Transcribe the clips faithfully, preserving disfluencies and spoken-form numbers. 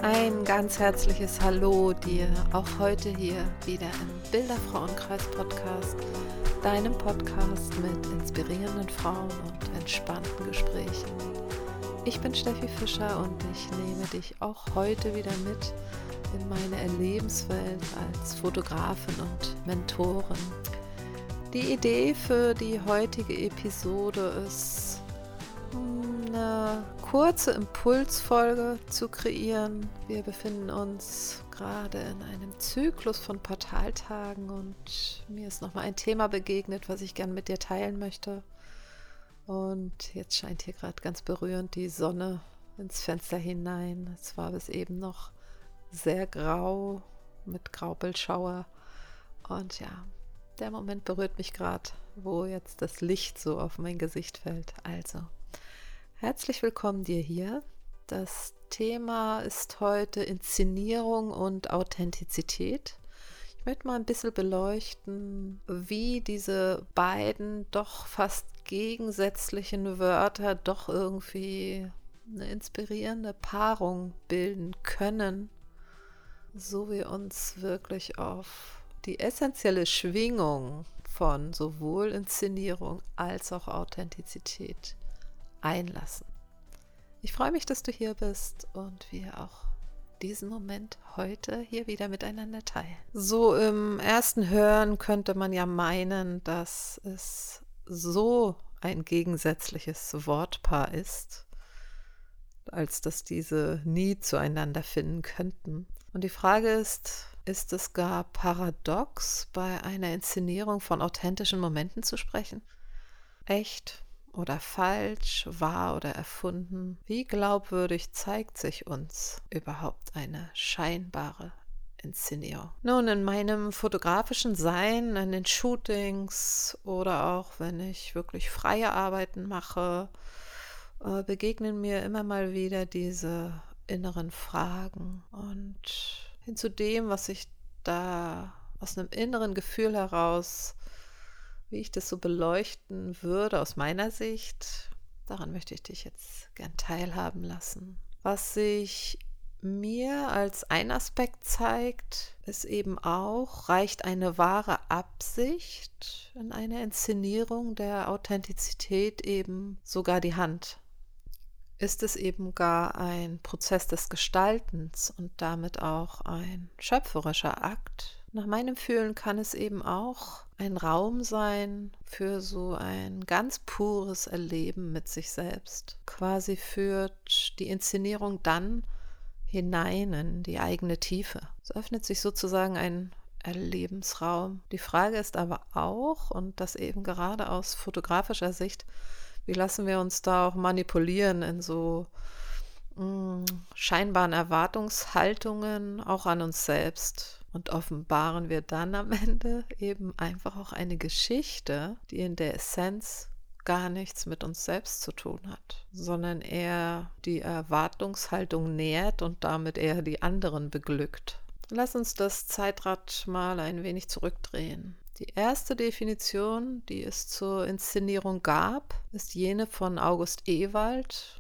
Ein ganz herzliches Hallo dir, auch heute hier wieder im Bilderfrauenkreis-Podcast, deinem Podcast mit inspirierenden Frauen und entspannten Gesprächen. Ich bin Steffi Fischer und ich nehme dich auch heute wieder mit in meine Erlebenswelt als Fotografin und Mentorin. Die Idee für die heutige Episode ist, eine kurze Impulsfolge zu kreieren. Wir befinden uns gerade in einem Zyklus von Portaltagen und mir ist nochmal ein Thema begegnet, was ich gerne mit dir teilen möchte. Und jetzt scheint hier gerade ganz berührend die Sonne ins Fenster hinein. Es war bis eben noch sehr grau mit Graupelschauer. Und ja, der Moment berührt mich gerade, wo jetzt das Licht so auf mein Gesicht fällt. Also, herzlich willkommen dir hier. Das Thema ist heute Inszenierung und Authentizität. Ich möchte mal ein bisschen beleuchten, wie diese beiden doch fast gegensätzlichen Wörter doch irgendwie eine inspirierende Paarung bilden können, so wir uns wirklich auf die essentielle Schwingung von sowohl Inszenierung als auch Authentizität einlassen. Ich freue mich, dass du hier bist und wir auch diesen Moment heute hier wieder miteinander teilen. So im ersten Hören könnte man ja meinen, dass es so ein gegensätzliches Wortpaar ist, als dass diese nie zueinander finden könnten. Und die Frage ist, ist es gar paradox, bei einer Inszenierung von authentischen Momenten zu sprechen? Echt oder falsch, wahr oder erfunden? Wie glaubwürdig zeigt sich uns überhaupt eine scheinbare Inszenierung? Nun, in meinem fotografischen Sein, in den Shootings oder auch wenn ich wirklich freie Arbeiten mache, äh, begegnen mir immer mal wieder diese inneren Fragen. Und hin zu dem, was ich da aus einem inneren Gefühl heraus, wie ich das so beleuchten würde aus meiner Sicht, daran möchte ich dich jetzt gern teilhaben lassen. Was sich mir als ein Aspekt zeigt, ist eben auch, reicht eine wahre Absicht in einer Inszenierung der Authentizität eben sogar die Hand? Ist es eben gar ein Prozess des Gestaltens und damit auch ein schöpferischer Akt? Nach meinem Fühlen kann es eben auch ein Raum sein für so ein ganz pures Erleben mit sich selbst. Quasi führt die Inszenierung dann hinein in die eigene Tiefe. Es öffnet sich sozusagen ein Erlebensraum. Die Frage ist aber auch, und das eben gerade aus fotografischer Sicht, wie lassen wir uns da auch manipulieren in so mh, scheinbaren Erwartungshaltungen auch an uns selbst? Und offenbaren wir dann am Ende eben einfach auch eine Geschichte, die in der Essenz gar nichts mit uns selbst zu tun hat, sondern eher die Erwartungshaltung nährt und damit eher die anderen beglückt. Lass uns das Zeitrad mal ein wenig zurückdrehen. Die erste Definition, die es zur Inszenierung gab, ist jene von August Ewald,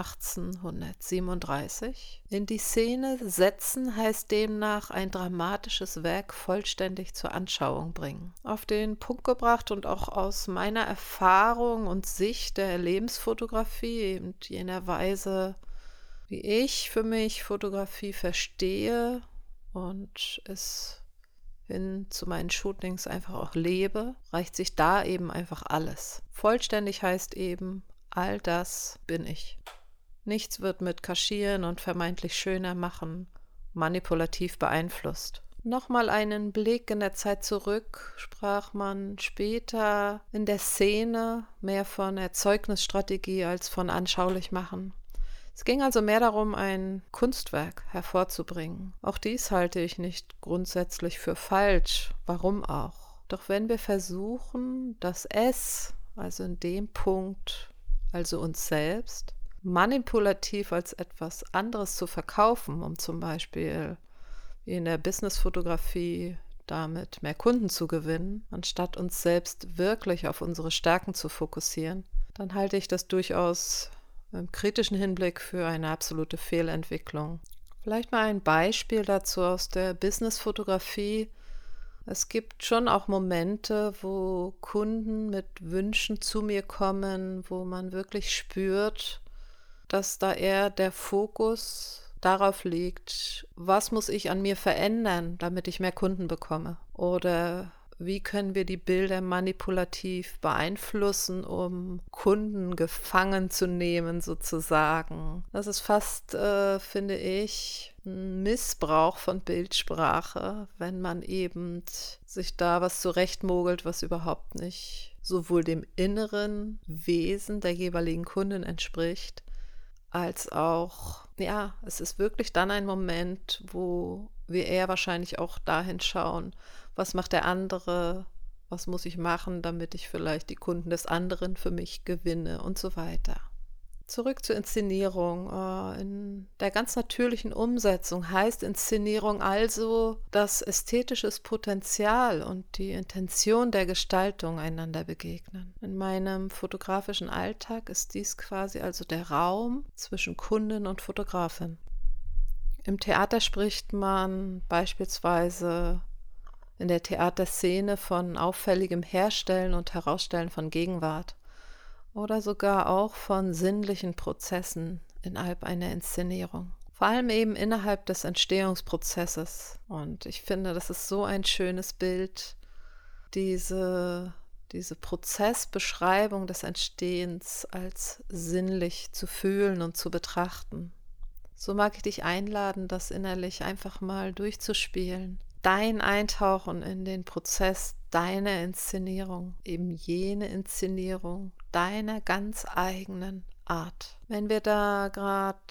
achtzehnhundertsiebenunddreißig. In die Szene setzen heißt demnach ein dramatisches Werk vollständig zur Anschauung bringen. Auf den Punkt gebracht und auch aus meiner Erfahrung und Sicht der Lebensfotografie, eben jener Weise, wie ich für mich Fotografie verstehe und es hin zu meinen Shootings einfach auch lebe, reicht sich da eben einfach alles. Vollständig heißt eben, all das bin ich. Nichts wird mit Kaschieren und vermeintlich schöner machen manipulativ beeinflusst. Nochmal einen Blick in der Zeit zurück, sprach man später in der Szene mehr von Erzeugnisstrategie als von anschaulich machen. Es ging also mehr darum, ein Kunstwerk hervorzubringen. Auch dies halte ich nicht grundsätzlich für falsch. Warum auch? Doch wenn wir versuchen, das Es, also in dem Punkt, also uns selbst, manipulativ als etwas anderes zu verkaufen, um zum Beispiel wie in der Businessfotografie damit mehr Kunden zu gewinnen, anstatt uns selbst wirklich auf unsere Stärken zu fokussieren, dann halte ich das durchaus im kritischen Hinblick für eine absolute Fehlentwicklung. Vielleicht mal ein Beispiel dazu aus der Business-Fotografie. Es gibt schon auch Momente, wo Kunden mit Wünschen zu mir kommen, wo man wirklich spürt, dass da eher der Fokus darauf liegt, was muss ich an mir verändern, damit ich mehr Kunden bekomme? Oder wie können wir die Bilder manipulativ beeinflussen, um Kunden gefangen zu nehmen, sozusagen? Das ist fast, äh, finde ich, ein Missbrauch von Bildsprache, wenn man eben sich da was zurechtmogelt, was überhaupt nicht sowohl dem inneren Wesen der jeweiligen Kunden entspricht, als auch, ja, es ist wirklich dann ein Moment, wo wir eher wahrscheinlich auch dahin schauen, was macht der andere, was muss ich machen, damit ich vielleicht die Kunden des anderen für mich gewinne und so weiter. Zurück zur Inszenierung. Äh, In der ganz natürlichen Umsetzung heißt Inszenierung also, dass ästhetisches Potenzial und die Intention der Gestaltung einander begegnen. In meinem fotografischen Alltag ist dies quasi also der Raum zwischen Kundin und Fotografin. Im Theater spricht man beispielsweise in der Theaterszene von auffälligem Herstellen und Herausstellen von Gegenwart oder sogar auch von sinnlichen Prozessen innerhalb einer Inszenierung. Vor allem eben innerhalb des Entstehungsprozesses. Und ich finde, das ist so ein schönes Bild, diese, diese Prozessbeschreibung des Entstehens als sinnlich zu fühlen und zu betrachten. So mag ich dich einladen, das innerlich einfach mal durchzuspielen. Dein Eintauchen in den Prozess deiner Inszenierung, eben jene Inszenierung deiner ganz eigenen Art. Wenn wir da gerade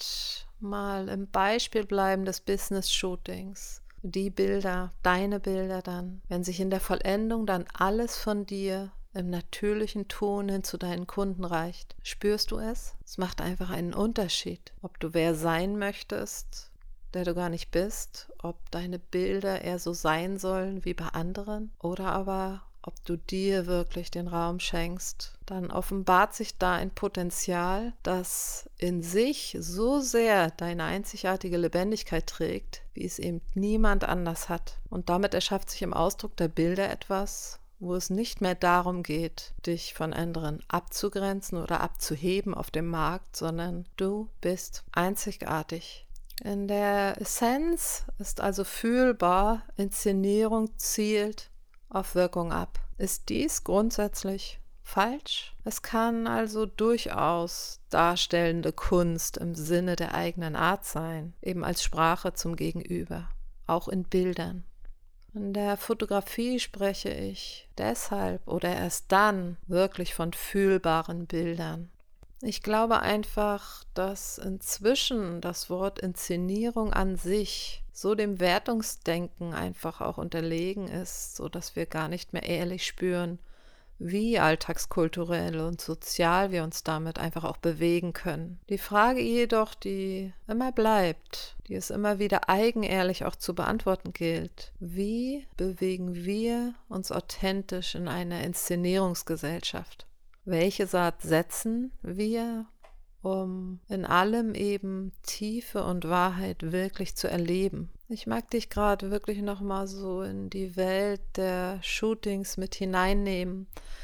mal im Beispiel bleiben des Business-Shootings, die Bilder, deine Bilder dann, wenn sich in der Vollendung dann alles von dir im natürlichen Ton hin zu deinen Kunden reicht, spürst du es? Es macht einfach einen Unterschied, ob du wer sein möchtest, der du gar nicht bist, ob deine Bilder eher so sein sollen wie bei anderen oder aber ob du dir wirklich den Raum schenkst, dann offenbart sich da ein Potenzial, das in sich so sehr deine einzigartige Lebendigkeit trägt, wie es eben niemand anders hat. Und damit erschafft sich im Ausdruck der Bilder etwas, wo es nicht mehr darum geht, dich von anderen abzugrenzen oder abzuheben auf dem Markt, sondern du bist einzigartig. In der Essenz ist also fühlbar, Inszenierung zielt auf Wirkung ab. Ist dies grundsätzlich falsch? Es kann also durchaus darstellende Kunst im Sinne der eigenen Art sein, eben als Sprache zum Gegenüber, auch in Bildern. In der Fotografie spreche ich deshalb oder erst dann wirklich von fühlbaren Bildern. Ich glaube einfach, dass inzwischen das Wort Inszenierung an sich so dem Wertungsdenken einfach auch unterlegen ist, sodass wir gar nicht mehr ehrlich spüren, wie alltagskulturell und sozial wir uns damit einfach auch bewegen können. Die Frage jedoch, die immer bleibt, die es immer wieder eigenehrlich auch zu beantworten gilt: Wie bewegen wir uns authentisch in einer Inszenierungsgesellschaft? Welche Saat setzen wir, um in allem eben Tiefe und Wahrheit wirklich zu erleben? Ich mag dich gerade wirklich nochmal so in die Welt der Shootings mit hineinnehmen.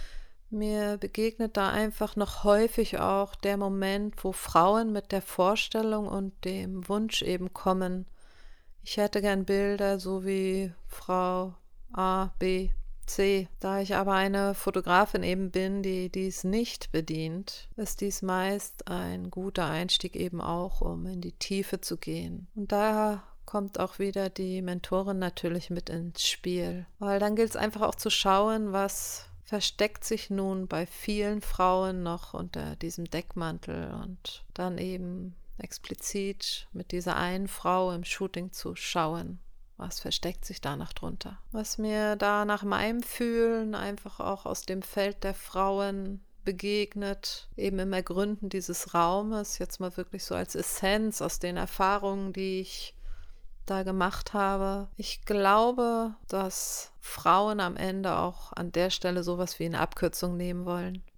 Mir begegnet da einfach noch häufig auch der Moment, wo Frauen mit der Vorstellung und dem Wunsch eben kommen: Ich hätte gern Bilder so wie Frau A, B, C. Da ich aber eine Fotografin eben bin, die dies nicht bedient, ist dies meist ein guter Einstieg eben auch, um in die Tiefe zu gehen. Und da kommt auch wieder die Mentorin natürlich mit ins Spiel. Weil dann gilt es einfach auch zu schauen, was versteckt sich nun bei vielen Frauen noch unter diesem Deckmantel und dann eben explizit mit dieser einen Frau im Shooting zu schauen. Was versteckt sich da noch drunter? Was mir da nach meinem Fühlen einfach auch aus dem Feld der Frauen begegnet, eben im Ergründen dieses Raumes, jetzt mal wirklich so als Essenz aus den Erfahrungen, die ich da gemacht habe. Ich glaube, dass Frauen am Ende auch an der Stelle sowas wie eine Abkürzung nehmen wollen.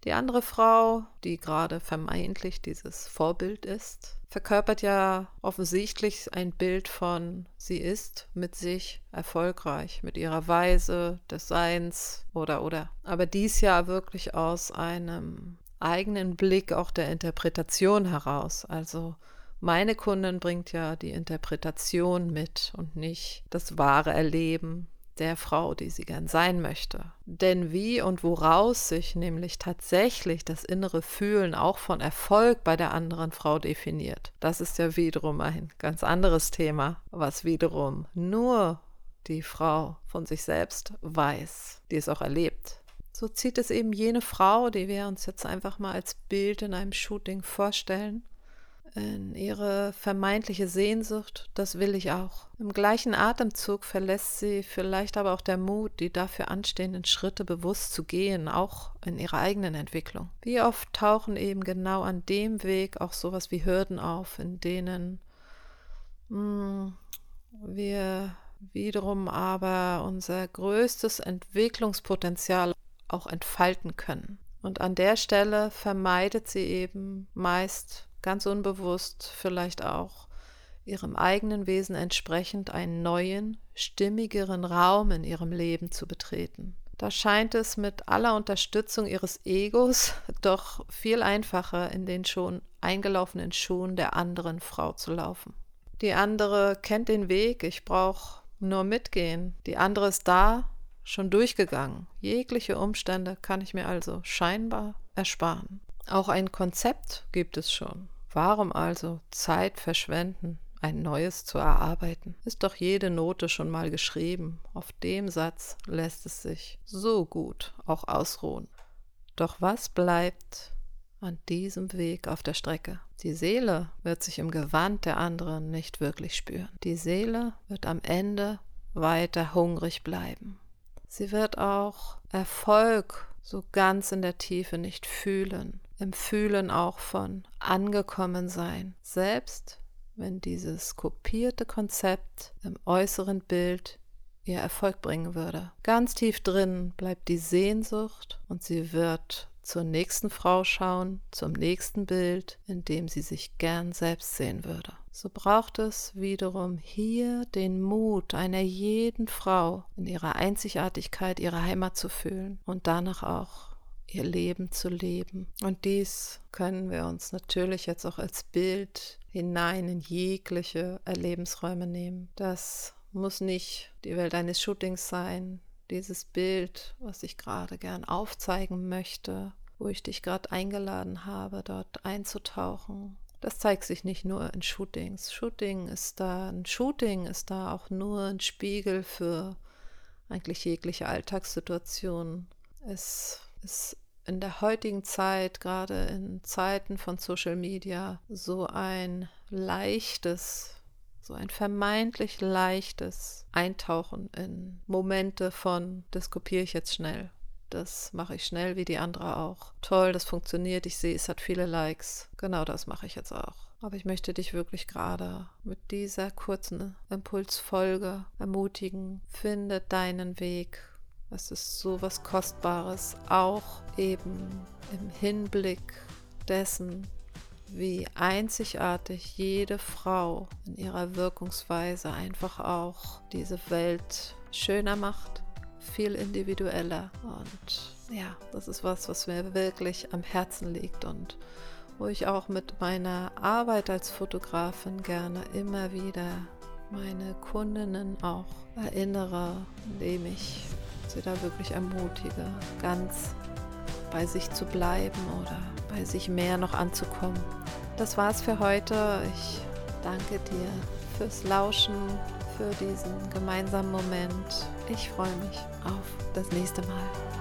Die andere Frau, die gerade vermeintlich dieses Vorbild ist, verkörpert ja offensichtlich ein Bild von, sie ist mit sich erfolgreich, mit ihrer Weise des Seins oder oder. Aber dies ja wirklich aus einem eigenen Blick auch der Interpretation heraus. Also meine Kundin bringt ja die Interpretation mit und nicht das wahre Erleben der Frau, die sie gern sein möchte. Denn wie und woraus sich nämlich tatsächlich das innere Fühlen auch von Erfolg bei der anderen Frau definiert, das ist ja wiederum ein ganz anderes Thema, was wiederum nur die Frau von sich selbst weiß, die es auch erlebt. So zieht es eben jene Frau, die wir uns jetzt einfach mal als Bild in einem Shooting vorstellen, in ihre vermeintliche Sehnsucht, das will ich auch. Im gleichen Atemzug verlässt sie vielleicht aber auch der Mut, die dafür anstehenden Schritte bewusst zu gehen, auch in ihrer eigenen Entwicklung. Wie oft tauchen eben genau an dem Weg auch sowas wie Hürden auf, in denen mh, wir wiederum aber unser größtes Entwicklungspotenzial auch entfalten können. Und an der Stelle vermeidet sie eben meist ganz unbewusst vielleicht auch ihrem eigenen Wesen entsprechend einen neuen, stimmigeren Raum in ihrem Leben zu betreten. Da scheint es mit aller Unterstützung ihres Egos doch viel einfacher in den schon eingelaufenen Schuhen der anderen Frau zu laufen. Die andere kennt den Weg, ich brauche nur mitgehen. Die andere ist da, schon durchgegangen. Jegliche Umstände kann ich mir also scheinbar ersparen. Auch ein Konzept gibt es schon. Warum also Zeit verschwenden, ein neues zu erarbeiten? Ist doch jede Note schon mal geschrieben. Auf dem Satz lässt es sich so gut auch ausruhen. Doch was bleibt an diesem Weg auf der Strecke? Die Seele wird sich im Gewand der anderen nicht wirklich spüren. Die Seele wird am Ende weiter hungrig bleiben. Sie wird auch Erfolg so ganz in der Tiefe nicht fühlen, im Fühlen auch von angekommen sein, selbst wenn dieses kopierte Konzept im äußeren Bild ihr Erfolg bringen würde. Ganz tief drin bleibt die Sehnsucht und sie wird zur nächsten Frau schauen, zum nächsten Bild, in dem sie sich gern selbst sehen würde. So braucht es wiederum hier den Mut einer jeden Frau, in ihrer Einzigartigkeit ihre Heimat zu fühlen und danach auch ihr Leben zu leben. Und dies können wir uns natürlich jetzt auch als Bild hinein in jegliche Erlebensräume nehmen. Das muss nicht die Welt eines Shootings sein, dieses Bild, was ich gerade gern aufzeigen möchte, wo ich dich gerade eingeladen habe, dort einzutauchen. Das zeigt sich nicht nur in Shootings. Shooting ist da, ein Shooting ist da auch nur ein Spiegel für eigentlich jegliche Alltagssituationen. Es ist in der heutigen Zeit, gerade in Zeiten von Social Media, so ein leichtes, so ein vermeintlich leichtes Eintauchen in Momente von, das kopiere ich jetzt schnell. Das mache ich schnell wie die andere auch. Toll, das funktioniert. Ich sehe, es hat viele Likes. Genau das mache ich jetzt auch. Aber ich möchte dich wirklich gerade mit dieser kurzen Impulsfolge ermutigen. Finde deinen Weg. Es ist so was Kostbares, auch eben im Hinblick dessen, wie einzigartig jede Frau in ihrer Wirkungsweise einfach auch diese Welt schöner macht, viel individueller. Und ja, das ist was, was mir wirklich am Herzen liegt und wo ich auch mit meiner Arbeit als Fotografin gerne immer wieder meine Kundinnen auch erinnere, indem ich sie da wirklich ermutige, ganz bei sich zu bleiben oder bei sich mehr noch anzukommen. Das war's für heute. Ich danke dir fürs Lauschen, für diesen gemeinsamen Moment. Ich freue mich auf das nächste Mal.